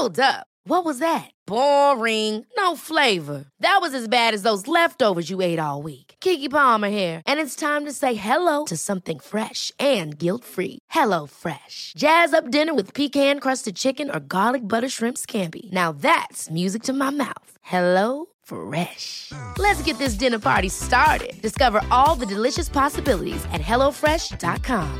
Hold up. What was that? Boring. No flavor. That was as bad as those leftovers you ate all week. Keke Palmer here, and it's time to say hello to something fresh and guilt-free. Hello Fresh. Jazz up dinner with pecan-crusted chicken or garlic butter shrimp scampi. Now that's music to my mouth. Hello Fresh. Let's get this dinner party started. Discover all the delicious possibilities at hellofresh.com.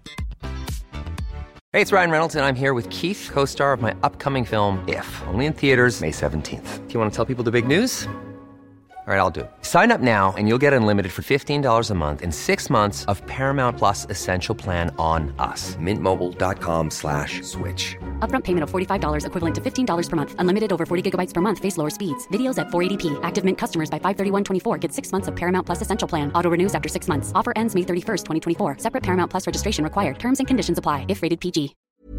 Hey, it's Ryan Reynolds, and I'm here with Keith, co-star of my upcoming film, If, only in theaters May 17th. Do you want to tell people the big news? All right, I'll do it. Sign up now and you'll get unlimited for $15 a month and 6 months of Paramount Plus Essential Plan on us. MintMobile.com/switch. Upfront payment of $45 equivalent to $15 per month. Unlimited over 40 gigabytes per month. Face lower speeds. Videos at 480p. Active Mint customers by 531.24 get 6 months of Paramount Plus Essential Plan. Auto renews after 6 months. Offer ends May 31st, 2024. Separate Paramount Plus registration required. Terms and conditions apply if rated PG.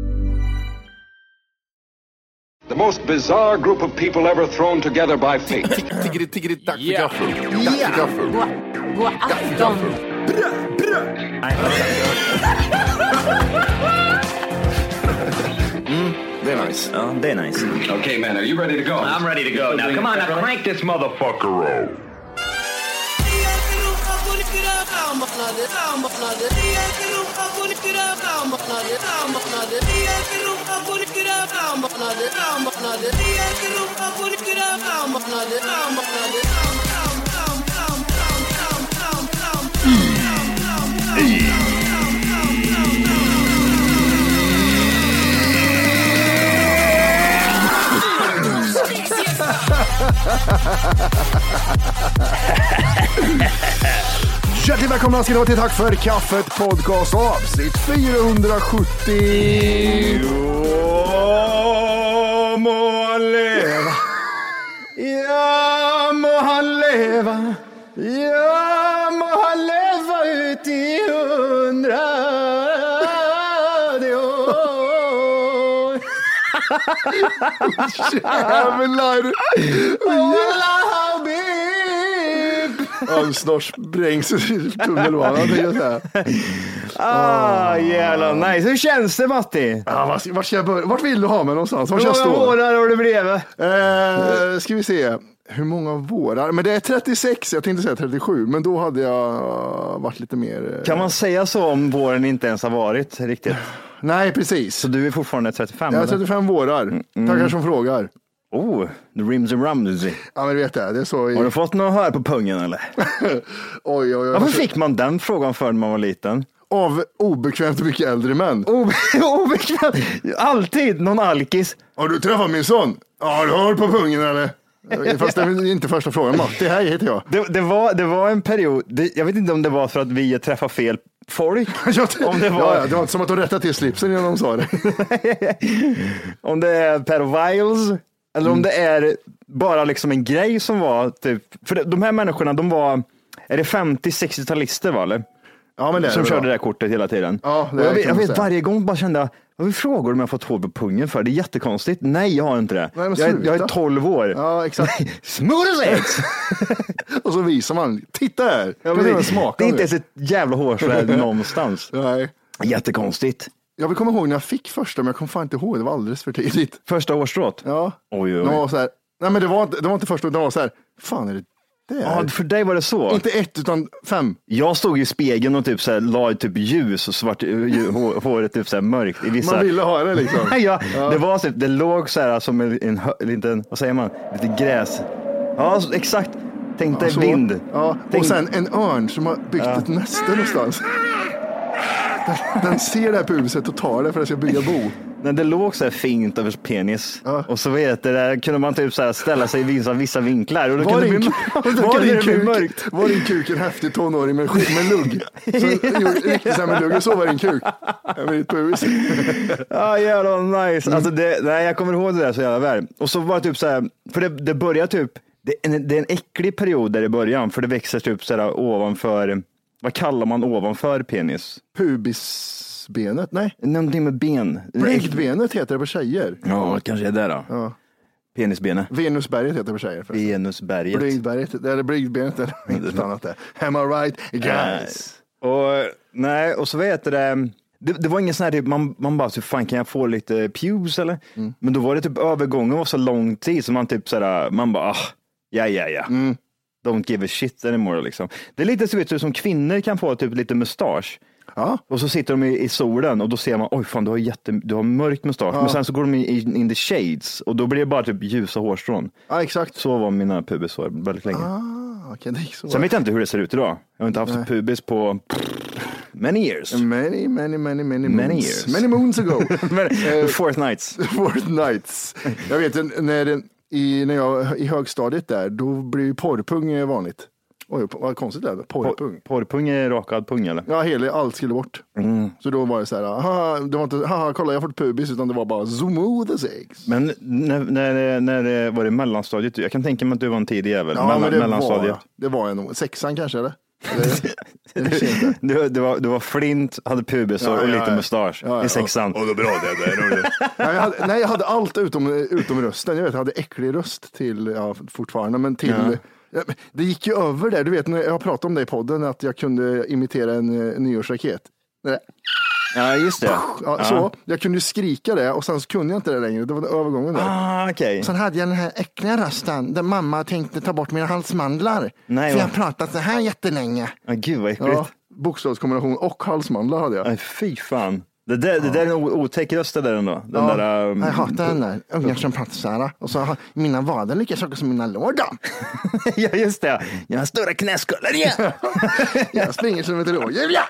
The most bizarre group of people ever thrown together by fate. Tiggeri, dack för gaffel. Dack för gaffel. God afton. Det är nice. Ja, det är nice. Okay, man, are you ready to go? I'm ready to go. Now, come on, now crank this motherfucker up. Hjärtligt välkomna ska ni vara till Tack för kaffet podcast avsnitt 470. Ja, må han leva. Ja, må han leva. Ja, må han leva ut i 100 år. Jävlar. Snart sprängs tunnelbanan. Jävlar nice. Hur känns det, Matti? Vart vill du ha mig någonstans? Var hur många vårar har du bredvid? Ska vi se. Hur många vårar? Men det är 36, jag tänkte säga 37. Men då hade jag varit lite mer... Kan man säga så om våren inte ens har varit riktigt? Nej, precis. Så du är fortfarande 35? Jag är 35 vårar. Tackar som frågar. Oh, the rims and rumsy. Ja, men vet jag, det är så. Har du fått något här på pungen eller? Oj. Varför fick man den frågan för när man var liten? Av obekvämt mycket äldre män. Obekvämt? Alltid någon alkis. Har du träffat min son? Ja, du har på pungen eller? Fast det är inte första frågan. Matti, här heter jag. Det var en period, jag vet inte om det var för att vi träffade fel folk. Om det var inte som att de rättade till slipsen innan de sa det. Om det är pedophiles. Eller om det är bara liksom en grej som var typ, för de här människorna, de var, är det 50-60-talister va eller? Ja, men det som det körde bra. det där kortet hela tiden. Ja, jag vet varje gång bara kände vad frågar du om jag fått hår på pungen för? Det är jättekonstigt. Nej, jag har inte det. Nej, jag är 12 år. Ja, exakt. Smooth as it! Och så visar man, titta här. Det är inte ens ett jävla hårstråd någonstans. Nej. Jättekonstigt. Jag vill komma ihåg när jag fick första, men jag kommer fan inte ihåg. Det var alldeles för tidigt. Första hårstrået? Ja. Oj. Det var så här, nej men det var inte första, det var så här, fan är det där? Ja, för dig var det så. Inte 1 utan 5. Jag stod i spegeln och typ så här, la typ ljus och svart håret typ så här mörkt i vissa. Man ville ha det liksom. Ja. Det var typ, det låg så här som en liten, vad säger man, lite gräs. Ja, exakt. Tänk dig vind. Ja. Och sen en örn som har byggt ett näste någonstans. Den ser det här puset och tar det för att jag ska bygga bo. När det låg så här fint över penis. Ja. Och så vet det där kunde man typ så här ställa sig i vissa vinklar. Och då kunde det bli mörkt. Var din kuk en häftig tonåring med lugg? Så riktigt så här med lugg och så var din kuk. Med pus. Ja, jävla nice. Alltså jag kommer ihåg det där så jävla väl. Och så var det typ så här, för det börjar typ, det är en äcklig period där i början. För det växer typ så här ovanför, vad kallar man ovanför penis? Pubisbenet? Nej. Någonting med ben. Blygdbenet heter det på tjejer. Ja, kanske är det då. Ja. Penisbenet. Venusberget heter det på tjejer. Venusberget. Blygdberget, eller blygdbenet eller inte annat där. Am I right? Guys. Och så vet det. Det var ingen sån här typ, man bara, så fan kan jag få lite pubes eller? Men då var det typ övergången var så lång tid så man typ såhär, man bara, ja. Don't give a shit anymore liksom. Det är lite så vet du, som kvinnor kan få typ lite mustasch. Ja. Och så sitter de i solen och då ser man, oj fan du har mörkt mustasch. Men sen så går de in the shades och då blir det bara typ ljusa hårstrån. Ja, exakt. Så var mina pubisår väldigt länge. Okay, det gick så. Sen vet jag inte hur det ser ut idag. Jag har inte haft pubis på many years. Many years. Many moons ago. Fortnights. Jag vet när jag i högstadiet där, då blir porrpung vanligt. Oj, vad konstigt det är. Porrpung är rakad pung eller? Ja, allt skulle bort. Så då var det så här, det var inte, kolla jag har fått pubis, utan det var bara smooth as eggs. Men när det var det mellanstadiet, jag kan tänka mig att du var en tidig jävel. Ja, men mellanstadiet. Det var jag nog. 6:an kanske, eller? Du var flint, hade pubis och lite mustasch i 6:an. Och då bra det. Jag hade allt utom rösten. Jag vet, jag hade äcklig röst till, fortfarande, men till... Ja. Det gick ju över där, du vet när jag pratade om det i podden att jag kunde imitera en nyårsraket. Ja, just det. Så, jag kunde skrika det och sen så kunde jag inte det längre. Det var övergången där. Okay. Sen hade jag den här äckliga rösten där mamma tänkte ta bort mina halsmandlar. Nej, för jag har pratat så här jättelänge. Gud vad äckligt. Ja, bokstavskombination och halsmandlar hade jag. Ay, fy fan. Det där är en otäck röst där ändå. Jag hatar den där. Ungar som pratar så här. Och så har mina vader lika saker som mina lår. Ja, just det. Jag har stora knäskullar igen. Jag springer som ett rådjur, ja.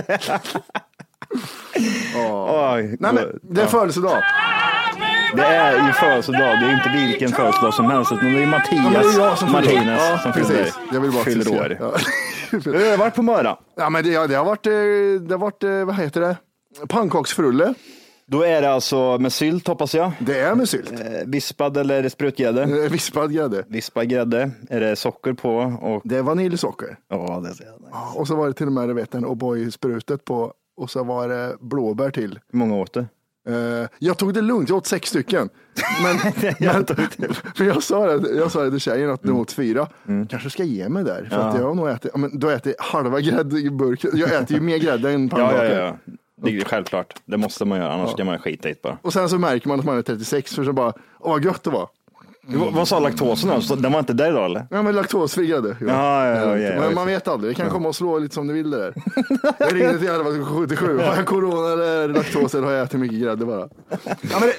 Nej, men det är födelsedag. Det är ju födelsedag. Det är inte vilken födelsedag som helst. Utan det är Mattias Martinez som fyller år. Du har varit på Möra. Ja, men det har varit vad heter det? Pannkaksfrulle. Då är det alltså med sylt, hoppas jag. Det är med sylt. Vispad eller sprutgrädde? Vispad grädde. Vispad grädde. Är det socker på? Och... Det är vaniljsocker. Ja, det är nice. Och så var det till och med, vet en O'boy-sprutet på. Och så var det blåbär till. Hur många åt det? Jag tog det lugnt, jag åt 6 stycken. Men jag sa det till tjejen att du åt 4. Kanske ska ge mig där. För att jag har nog ätit halva grädde i burken. Jag äter ju mer grädde än pannkakor. Ja. Det är självklart. Det måste man göra, annars ska man skita i det bara. Och sen så märker man att man är 36, för så bara, vad gött det var. Vad sa laktosen då? Den var inte där då eller? Ja, men laktosfri grädde. Men man vet aldrig, det kan komma och slå lite som du vill det där. Jag ringde till 1177. Har jag corona eller laktos eller har jag ätit mycket grädde bara? Ja, men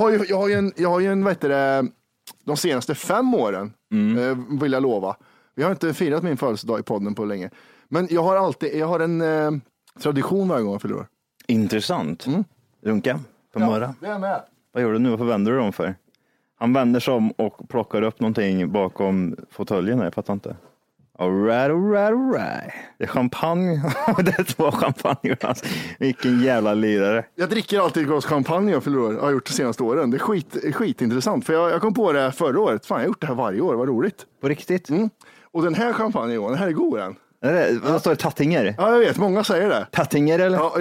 jag har ju en vad heter det, de senaste 5 åren vill jag lova. Vi har inte firat min födelsedag i podden på länge. Men jag har en tradition varje gång jag fyller år. Intressant. Runka på Möra. Det är med. Vad gör du nu? Vad vänder du dem för? Han vänder sig om och plockar upp någonting bakom fåtöljen. Jag fattar inte. All right. Det är champagne. Det är 2 champagne. Vilken jävla lirare. Jag dricker alltid ett glas champagne jag fyller år. Jag har gjort de senaste åren. Det är skitintressant. För jag kom på det förra året. Fan, jag har gjort det här varje år. Vad roligt. På riktigt? Och den här champagnen, den här är god den. Vad står det? Tattinger? Ja, jag vet. Många säger det. Tattinger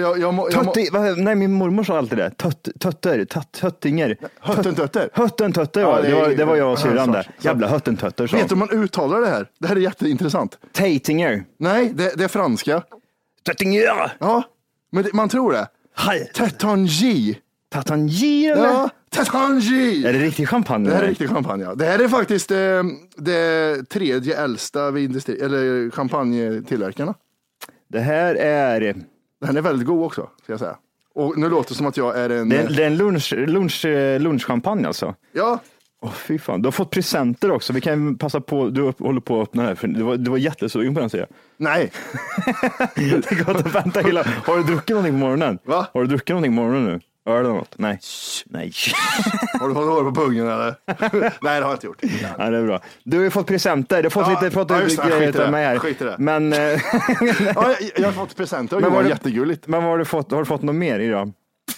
eller? Nej, min mormor sa alltid det. Töttinger. Höttentötter. Ja, det var jag och syrran där. Jävla höttentötter. Vet du hur man uttalar det här? Det här är jätteintressant. Tatinger. Nej, det är franska. Töttinger. Ja, men man tror det. Tatangi. Tatangi eller? Ja, Tatangi. Är det riktig champagne? Det här är riktig champagne, ja. Det här är faktiskt det 3:e äldsta eller champagnetillverkarna. Det här är... Den är väldigt god också, ska jag säga. Och nu låter det som att jag är en... Det är en lunchchampagne alltså? Ja. Fy fan, du har fått presenter också. Vi kan passa på, du håller på att öppna här. För du var jättesugen på den, säger jag. Nej. Det är gott att vänta hela... Har du druckit någonting på morgonen? Va? Har du druckit någonting på morgonen nu? Har du något? Nej. Har du fått hår på pungen eller? Nej, det har jag inte gjort. Ja, det är bra. Du har ju fått presenter. Du har fått lite grejer till mig här. Skit i det. Men... ja, jag har fått presenter och det var jättegulligt. Men vad har du fått? Har du fått något mer idag?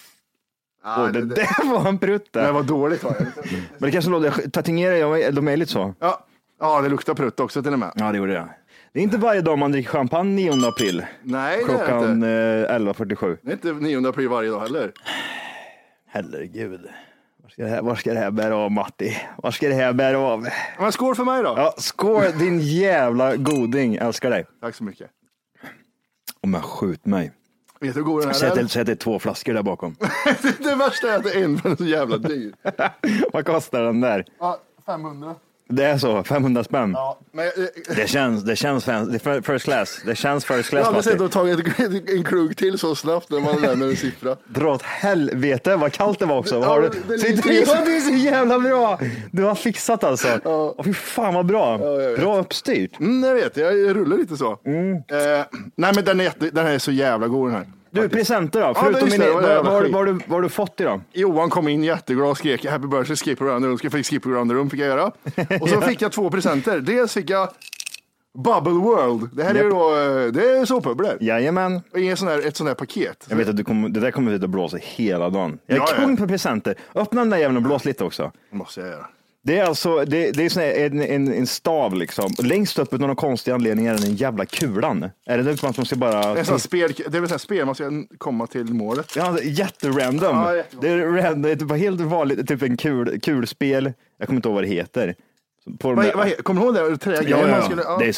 Ja, det var en prutt där. Det var dåligt. Men det kanske låter... Tatingerar, de är lite så. Ja, det luktar prutt också till och med. Ja, det gjorde jag. Det är inte varje dag man dricker champagne 9 april. Nej, klockan det är inte. 11:47. Det är inte 9 april varje dag heller. Herregud. Var ska det här bära av, Matti? Var ska det här bära av? Men skål för mig då. Ja, skål din jävla goding. Älskar dig. Tack så mycket. Om jag skjut mig. Vet du hur god den här är? Säg att det är 2 flaskor där bakom. Det värsta är att det är en, för den är så jävla dyr. Vad kostar den där? Ja, 500. Det är så, 500 spänn. Ja, men, det känns first class. Det känns first class. Jag har aldrig sett att tagit en krug till så snabbt när man är där med en siffra. Dra åt helvete, vad kallt det var också. Ja, Har du? det är så jävla bra. Du har fixat alltså. Ja. Fy fan vad bra. Ja, bra uppstyrt. Jag vet, jag rullar lite så. Nej men den är så jävla god den här. Du, presenter då? Förutom vad har du fått idag? Johan kom in jätteglad och skrek Happy birthday, skip around the room. Skip around the room fick jag göra. Och så fick jag 2 presenter. Dels fick jag Bubble World. Det här är ju då, det är såpbubblor. Jajamän. Och ett sånt här paket. Jag vet att det där kommer att blåsa hela dagen. Jag är kung på presenter. Öppna den där jäveln och blås lite också. Det måste jag göra. Det är alltså det är sån en stav liksom. Längst upp utan någon konstig anledning är den jävla kulan. Är det att man ska bara... Det är väl spel man ska komma till målet. Ja, jätterandom. Ja, det är random. Det är helt vanligt, typ en kulspel. Jag kommer inte ihåg vad det heter. Kommer du ihåg det? Ja.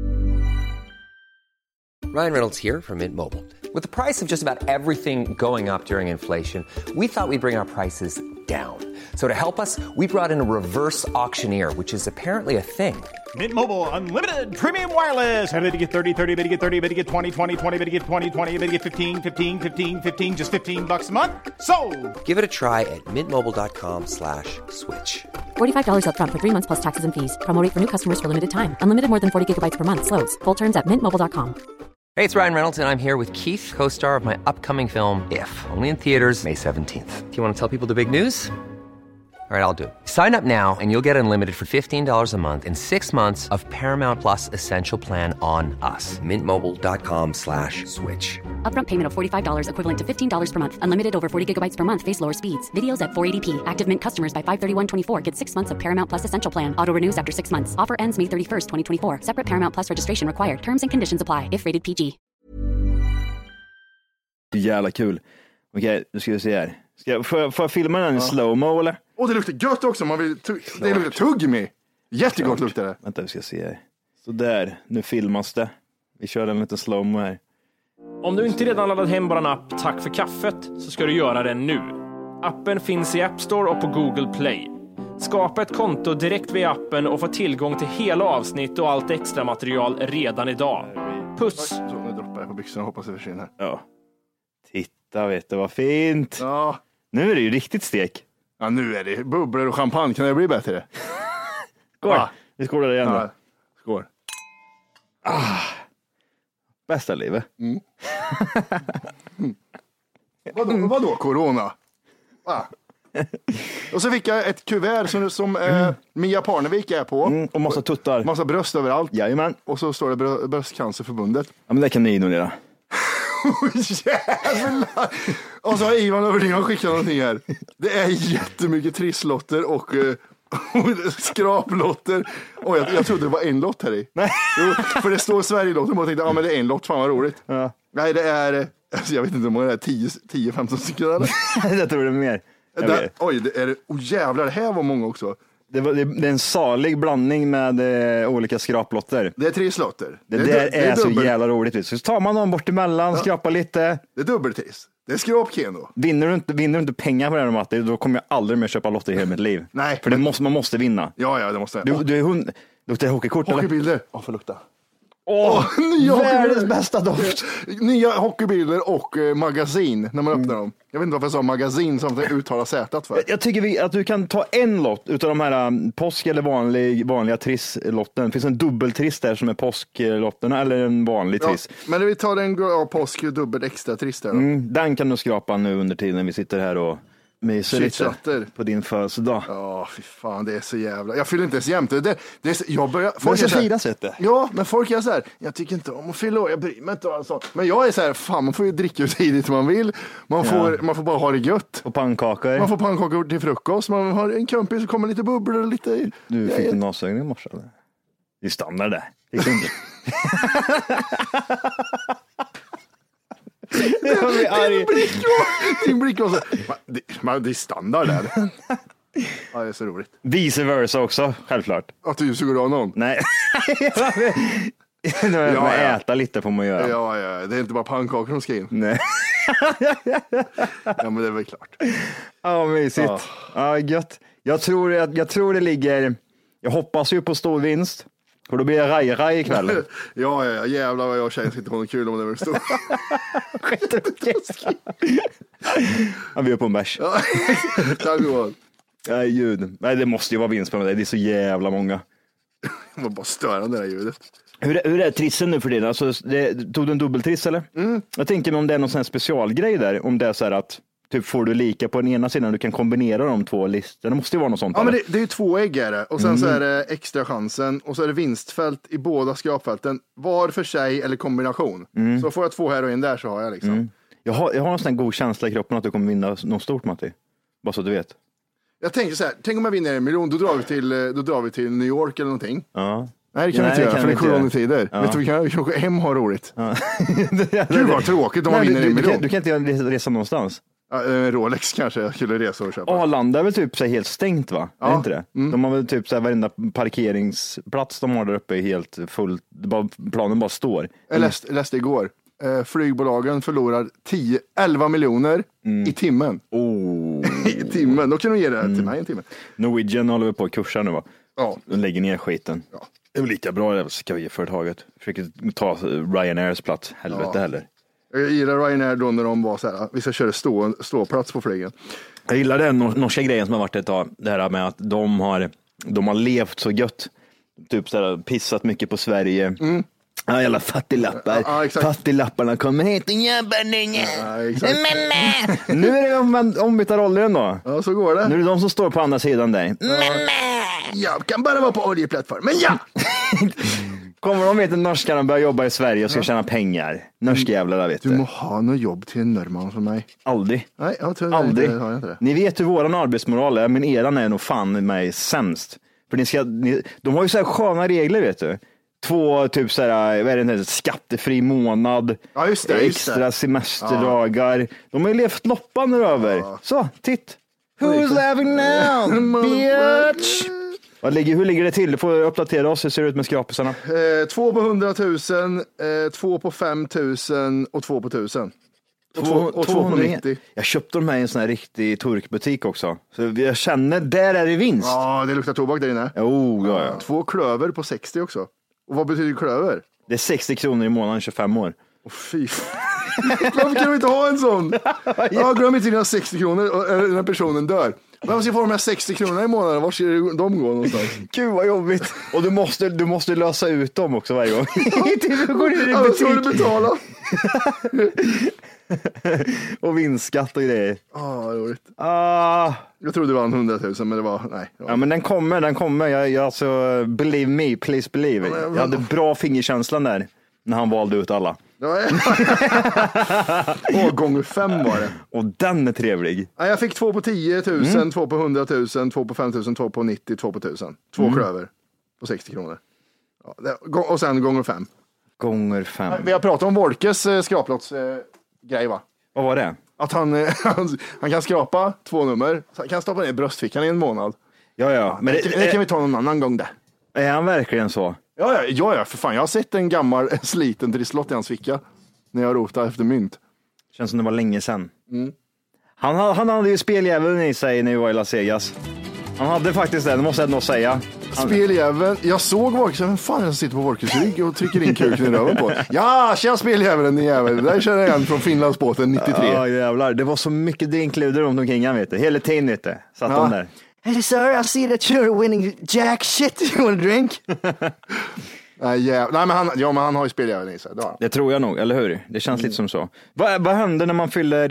Ryan Reynolds here from Mint Mobile. With the price of just about everything going up during inflation, we thought we'd bring our prices down. So to help us, we brought in a reverse auctioneer, which is apparently a thing. Mint Mobile Unlimited Premium Wireless. How to get 30, 30, how to get 30, how to get 20, 20, 20, how to get 20, 20, how to get 15, 15, 15, 15, just $15 a month? Sold! Give it a try at mintmobile.com/switch. $45 up front for 3 months plus taxes and fees. Promo rate for new customers for limited time. Unlimited more than 40 gigabytes per month. Slows full terms at mintmobile.com. Hey, it's Ryan Reynolds, and I'm here with Keith, co-star of my upcoming film, If, only in theaters May 17th. Do you want to tell people the big news? All right, I'll do it. Sign up now and you'll get unlimited for $15 a month and 6 months of Paramount Plus Essential Plan on us. Mintmobile.com/switch. Upfront payment of $45 equivalent to $15 per month. Unlimited over 40 gigabytes per month. Face lower speeds. Videos at 480p. Active Mint customers by 531.24 get 6 months of Paramount Plus Essential Plan. Auto renews after 6 months. Offer ends May 31st, 2024. Separate Paramount Plus registration required. Terms and conditions apply if rated PG. Jävla kul. Okej, nu ska vi se här. Får jag filma den i slow-mo eller? Det luktar gött också. Det luktar tuggummi. Jättegott luktar det. Vänta, vi ska se här. Så där, nu filmas det. Vi kör en liten slow-mo här. Om du inte redan laddat hem vår app Tack för kaffet så ska du göra det nu. Appen finns i App Store och på Google Play. Skapa ett konto direkt via appen och få tillgång till hela avsnitt och allt extra material redan idag. Puss! Så, nu droppar jag på byxorna och hoppas det försvinner. Ja. Titta, vet du vad fint. Ja. Nu är det ju riktigt stek. Ja, nu är det bubblor och champagne. Kan det bli bättre? Skål. Ja. Vi skålar igen då. Ja. Skål. Bästa livet. Vadå corona? Och så fick jag ett kuvert som Mia Parnevik är på. Och massa tuttar. Massa bröst överallt. Jajamän. Och så står det Bröstcancerförbundet. Ja, men det kan ni ignorera. Jävlar! Och så har Ivan Överding skickat någonting här. Det är jättemycket trisslotter och skraplotter. Och jag trodde det var en lott här i. Nej. Jo, för det står Sverige-lotten och jag tänkte, men det är en lott, fan vad roligt. Ja. Nej, det är, alltså, jag vet inte hur många det är, 10-15 stycken eller? Jag tror det är mer. Oj, det är, jävlar, det här var många också. Det är en salig blandning med olika skraplotter. Det är trisslotter. Det är så jävla roligt. Så tar man dem bort emellan, skrapar lite. Det är dubbeltriss. Det är skrapkeno. Vinner du inte pengar på den Matti, då kommer jag aldrig mer köpa lotter i hela mitt liv. Nej. För man måste vinna. Ja, det måste jag. Luktar det hockeykort eller? Hockeybilder. Får lukta. Nya världens bästa doft. Nya hockeybilder och magasin när man öppnar dem. Jag vet inte varför jag sa magasin som det uttalar sätat för. Jag tycker att du kan ta en lott utav de här påsk eller vanliga trisslotten. Det finns en dubbeltriss där som är påsklotterna eller en vanlig triss. Men vi tar en påsk dubbel extra triss där då. Den kan du skrapa nu under tiden vi sitter här och myser lite på din födelsedag. Ja, fy fan, det är så jävla... Jag fyller inte ens jämt. Jag börjar... Folk är så firas inte. Ja, men folk är så här, jag tycker inte om att fylla år, jag bryr mig inte om sånt. Men jag är så här, fan, man får ju dricka hur tidigt man vill. Man får bara ha det gött. Och pannkakor. Man får pannkakor till frukost. Man har en kompis som kommer lite bubblor och lite... Du fick en avsögning i morse, eller? Det är standard det. Fick du inte? Din blick var så. Det är standard där. Ja, det är så roligt. Vice versa också, självklart. Att du suger av någon? Nej. Äta lite får man göra. Ja, det är inte bara pannkakor som ska in. Nej. Ja, men det är väl klart. Ja, mysigt. Ja, gött. Jag tror det ligger, jag hoppas ju på stor vinst. Och då blir det raj ikväll. Ja, jävlar vad jag känner sitter på någon kul om det var stor. Ja, vi är på en bärs. Tack god. Nej, ljud. Nej, det måste ju vara vinst på det. Det är så jävla många. Det var bara störande det här ljudet. Hur är trissen nu för din? Alltså, tog du en dubbeltriss eller? Jag tänker mig om det är någon sån här specialgrej där. Om det är så här att typ får du lika på den ena sidan, du kan kombinera de två listorna. Det måste ju vara något sånt. Ja, men det är ju 2 ägg är det. Och sen så är det extra chansen. Och så är det vinstfält i båda skrapfälten. Var för sig eller kombination. Så får jag 2 här och en där så har jag liksom. Jag har en sån här god känsla i kroppen att du kommer vinna något stort, Matti. Bara så du vet. Jag tänker så här, tänk om jag vinner 1 miljon, då drar vi till New York eller någonting. Ja. Nej, det kan vi inte göra, för det är coronatider. Vet du, vi kan åka hem och ha roligt. Gud vad tråkigt om man vinner 1 miljon. Du kan inte resa någonstans. Rolex kanske jag skulle resa och köpa. Arlanda är väl typ så helt stängt, va? Ja. Är inte det? De har väl typ så här, varenda parkeringsplats de har där uppe är helt fullt. Planen bara står. Jag läste igår. Flygbolagen förlorar 11 miljoner i timmen. I timmen. Då kan de ge det till mig en timme. Norwegian håller på att kursa nu, va? Ja. De lägger ner skiten. Ja. Det är väl lika bra det skojföretaget. Försöker ta Ryanairs plats. Helvete heller. Jag gillar Ryanair då när de var så här, vi ska köra ståplats på flygen. Jag gillar den norska grejen som har varit ett tag. Det här med att de har levt så gött. Typ så här, pissat mycket på Sverige. Ja, jävla fattiglappar. Ja, fattiglapparna kommer hit och jobbar nu. Nu är det ombytta roller ändå. Ja, så går det. Nu är det de som står på andra sidan där. Jag kan bara vara på oljeplattformen, ja! Kommer de till norskarna och börjar jobba i Sverige och ska tjäna pengar? Norska jävlar, vet du. Du må ha något jobb till en norrman som mig. Aldrig. Nej, jag tror aldrig. Inte, jag inte det. Ni vet hur våran arbetsmoral är, men eran är nog fan mig sämst. För de har ju så här sköna regler, vet du. 2 typ så här, vad är det, skattefri månad. Ja, just det, extra semesterdagar. Ja. De har ju levt loppan över. Ja. Så, titt. Who's laughing now, bitch? Hur ligger det till? Du får uppdatera oss. Hur ser det ut med skrapisarna? 2 på 100 000, 2 på 5 000 och 2 på 1000. Och 2 på 90. Jag köpte de här i en sån här riktig turkbutik också. Så jag känner, där är det vinst. Ja, det luktar tobak där inne. Ja. 2 klöver på 60 också. Och vad betyder klöver? Det är 60 kronor i månaden, 25 år. Fy. Varför kan de inte ha en sån? Ja, glöm inte dina 60 kronor när personen dör. Men vad ska jag få de här 60 kronorna i månaden? Var ska de gå någonstans? Gud vad jobbigt. Och du måste lösa ut dem också varje gång. Du går in i butik. Ska du betala? Och vinstskatt och grejer. Roligt. Jag trodde det var 100 000, men det var, nej. Ja, men den kommer. Jag alltså, believe me, please believe. Jag hade bra fingerkänslan där när han valde ut alla. Gånger 5 var det. Och den är trevlig. Ja, jag fick 2 på 10 000, 2 på 100 000, 2 på 5 000, 2 på 90, 2 på 1000. 2 klöver på 60 kronor. Ja, och sen gånger 5. Gånger 5. Vi har pratat om Wolkes skraplottsgrej, va? Vad var det? Att han kan skrapa 2 nummer. Han kan stoppa ner bröstfickan i en månad. Ja. Men det kan vi ta någon annan gång där. Är han verkligen så? Ja, för fan. Jag har sett en gammal sliten trisslott i hans ficka när jag rotade efter mynt. Känns som det var länge sedan. Han hade ju speljäveln i sig när vi var i Las Vegas. Han hade faktiskt det måste jag nog säga. Speljäveln, jag såg Wolkes, vem fan är det som sitter på Wolkes rygg och trycker in kuken i röven på? Ja, tjena speljäveln, din jävel. Där känner jag en från Finlandsbåten 93. Ja, jävlar. Det var så mycket drinkluder runt omkring han, vet du. Hela tiden, vet du. Satt de där. Hey sir, I see that you're winning jack shit. You want a drink? Nej, men han har ju speljäveln i sig. Det tror jag nog, eller hur? Det känns lite som så. Vad händer när man fyller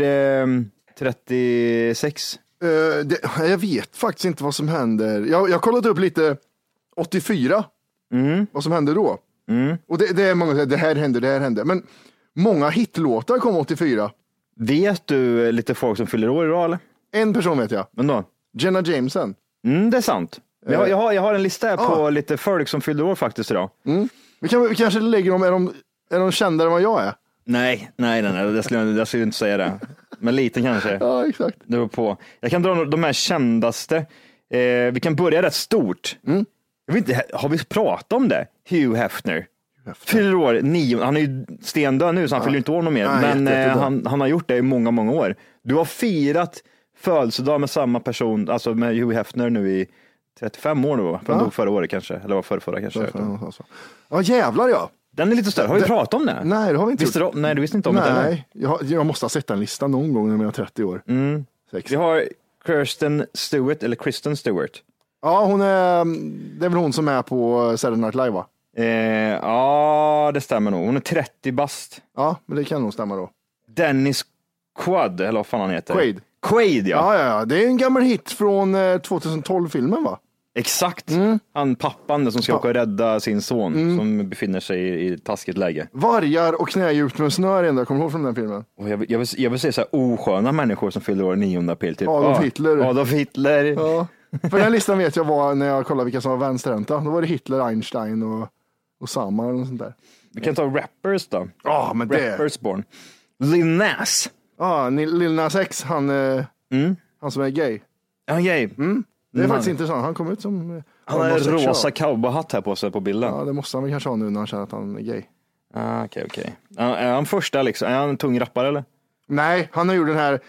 36? Jag vet faktiskt inte vad som händer. Jag har kollat upp lite 84. Vad som hände då. Och det är många som säger det här hände. Men många hitlåtar kom 84. Vet du lite folk som fyller år idag, eller? En person vet jag. Men då? Jenna Jameson. Det är sant. Jag har en lista på lite folk som fyller år faktiskt idag. Vi kanske lägger dem, är de kändare än vad jag är? Nej, jag skulle inte säga det. Men lite kanske. Ja, exakt. Det var på. Jag kan dra de här kändaste. Vi kan börja rätt stort. Jag vet inte, har vi pratat om det? Hugh Hefner. fyller år 9. Han är ju stendöd nu så han fyller inte år någon mer. Nej, men han har gjort det i många, många år. Du har firat födelsedag med samma person, alltså med Hugh Hefner nu i 35 år nu. För han dog förra året kanske, eller var förra kanske. Ja, jävlar ja. Den är lite större. Har vi pratat om det? Nej, det har vi inte. Nej, du visste inte om det? Nej, jag måste ha sett en lista någon gång när jag är 30 år. Vi har Kristen Stewart. Ja, det är väl hon som är på Saturday Night Live, va? Ja, det stämmer nog. Hon är 30 bast. Ja, men det kan nog stämma då. Dennis Quaid, eller vad fan han heter. Quaid, ja. Ja. Det är en gammal hit från 2012-filmen, va? Exakt. Han pappan som ska åka och rädda sin son som befinner sig i taskigt läge. Vargar och knädjupt med snör enda kommer ihåg från den filmen. Och jag vill säga så här osköna människor som fyller år 9 april. Typ. Adolf Hitler. Ja. För den listan vet jag var när jag kollade vilka som var vänsterhänta. Då var det Hitler, Einstein och Osama och sånt där. Vi kan ta rappers då. Men rappers born. Lil Nas. Lil Nas X, han som är gay. Ja, gay. Det är faktiskt intressant. Han kom ut som... Han har en rosa cowboyhatt här på sig på bilden. Ja, det måste han väl kanske ha nu när han känner att han är gay. Okej. Är han första liksom? Är han en tung rappare eller? Nej, han har gjort den här...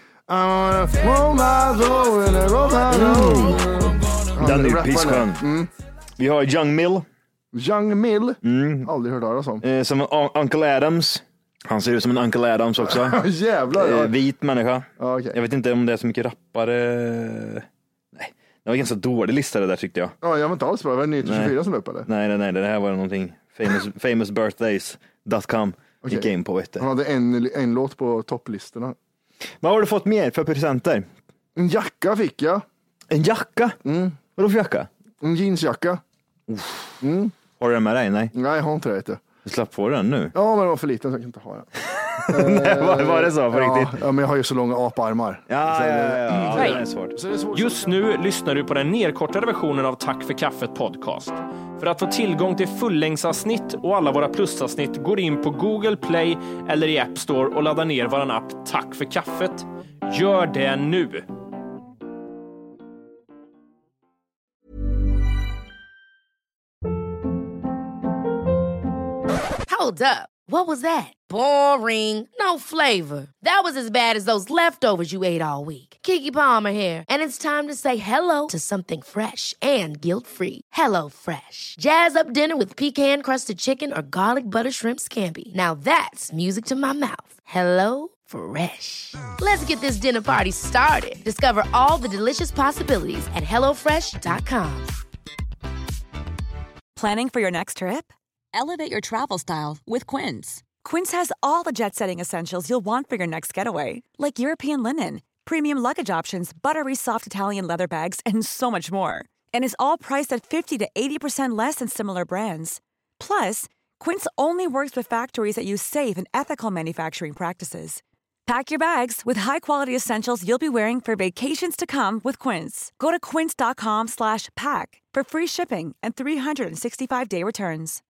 Den är ju pissskön. Vi har Young Mill. Aldrig hört talas om. Som Uncle Adams. Han ser ut som en Uncle Adams också. Jävlar. Vit människa. Okay. Jag vet inte om det är så mycket rappare. Nej, det var ganska dålig lista det där tyckte jag. Ja, jag var inte alls bra. Det var 9-24 som uppade. Nej, det här var någonting. Famousbirthdays.com gick in på. Han hade en låt på topplistorna. Vad har du fått mer för presenter? En jacka fick jag. En jacka? Vadå för jacka? En jeansjacka. Har du den med dig? Nej, jag har inte det. Du slapp på den nu? Ja, men den var för liten så jag kan inte ha den. Var det så på riktigt? Ja, men jag har ju så långa aparmar. Ja, det är svårt. Just nu lyssnar du på den nedkortade versionen av Tack för kaffet podcast. För att få tillgång till fullängdsavsnitt och alla våra plusavsnitt går in på Google Play eller i App Store och laddar ner våran app Tack för kaffet. Gör det nu! Hold up. What was that? Boring. No flavor. That was as bad as those leftovers you ate all week. Keke Palmer here, and it's time to say hello to something fresh and guilt-free. Hello Fresh. Jazz up dinner with pecan-crusted chicken or garlic butter shrimp scampi. Now that's music to my mouth. Hello Fresh. Let's get this dinner party started. Discover all the delicious possibilities at hellofresh.com. Planning for your next trip? Elevate your travel style with Quince. Quince has all the jet-setting essentials you'll want for your next getaway, like European linen, premium luggage options, buttery soft Italian leather bags, and so much more. And is all priced at 50 to 80% less than similar brands. Plus, Quince only works with factories that use safe and ethical manufacturing practices. Pack your bags with high-quality essentials you'll be wearing for vacations to come with Quince. Go to quince.com/pack for free shipping and 365-day returns.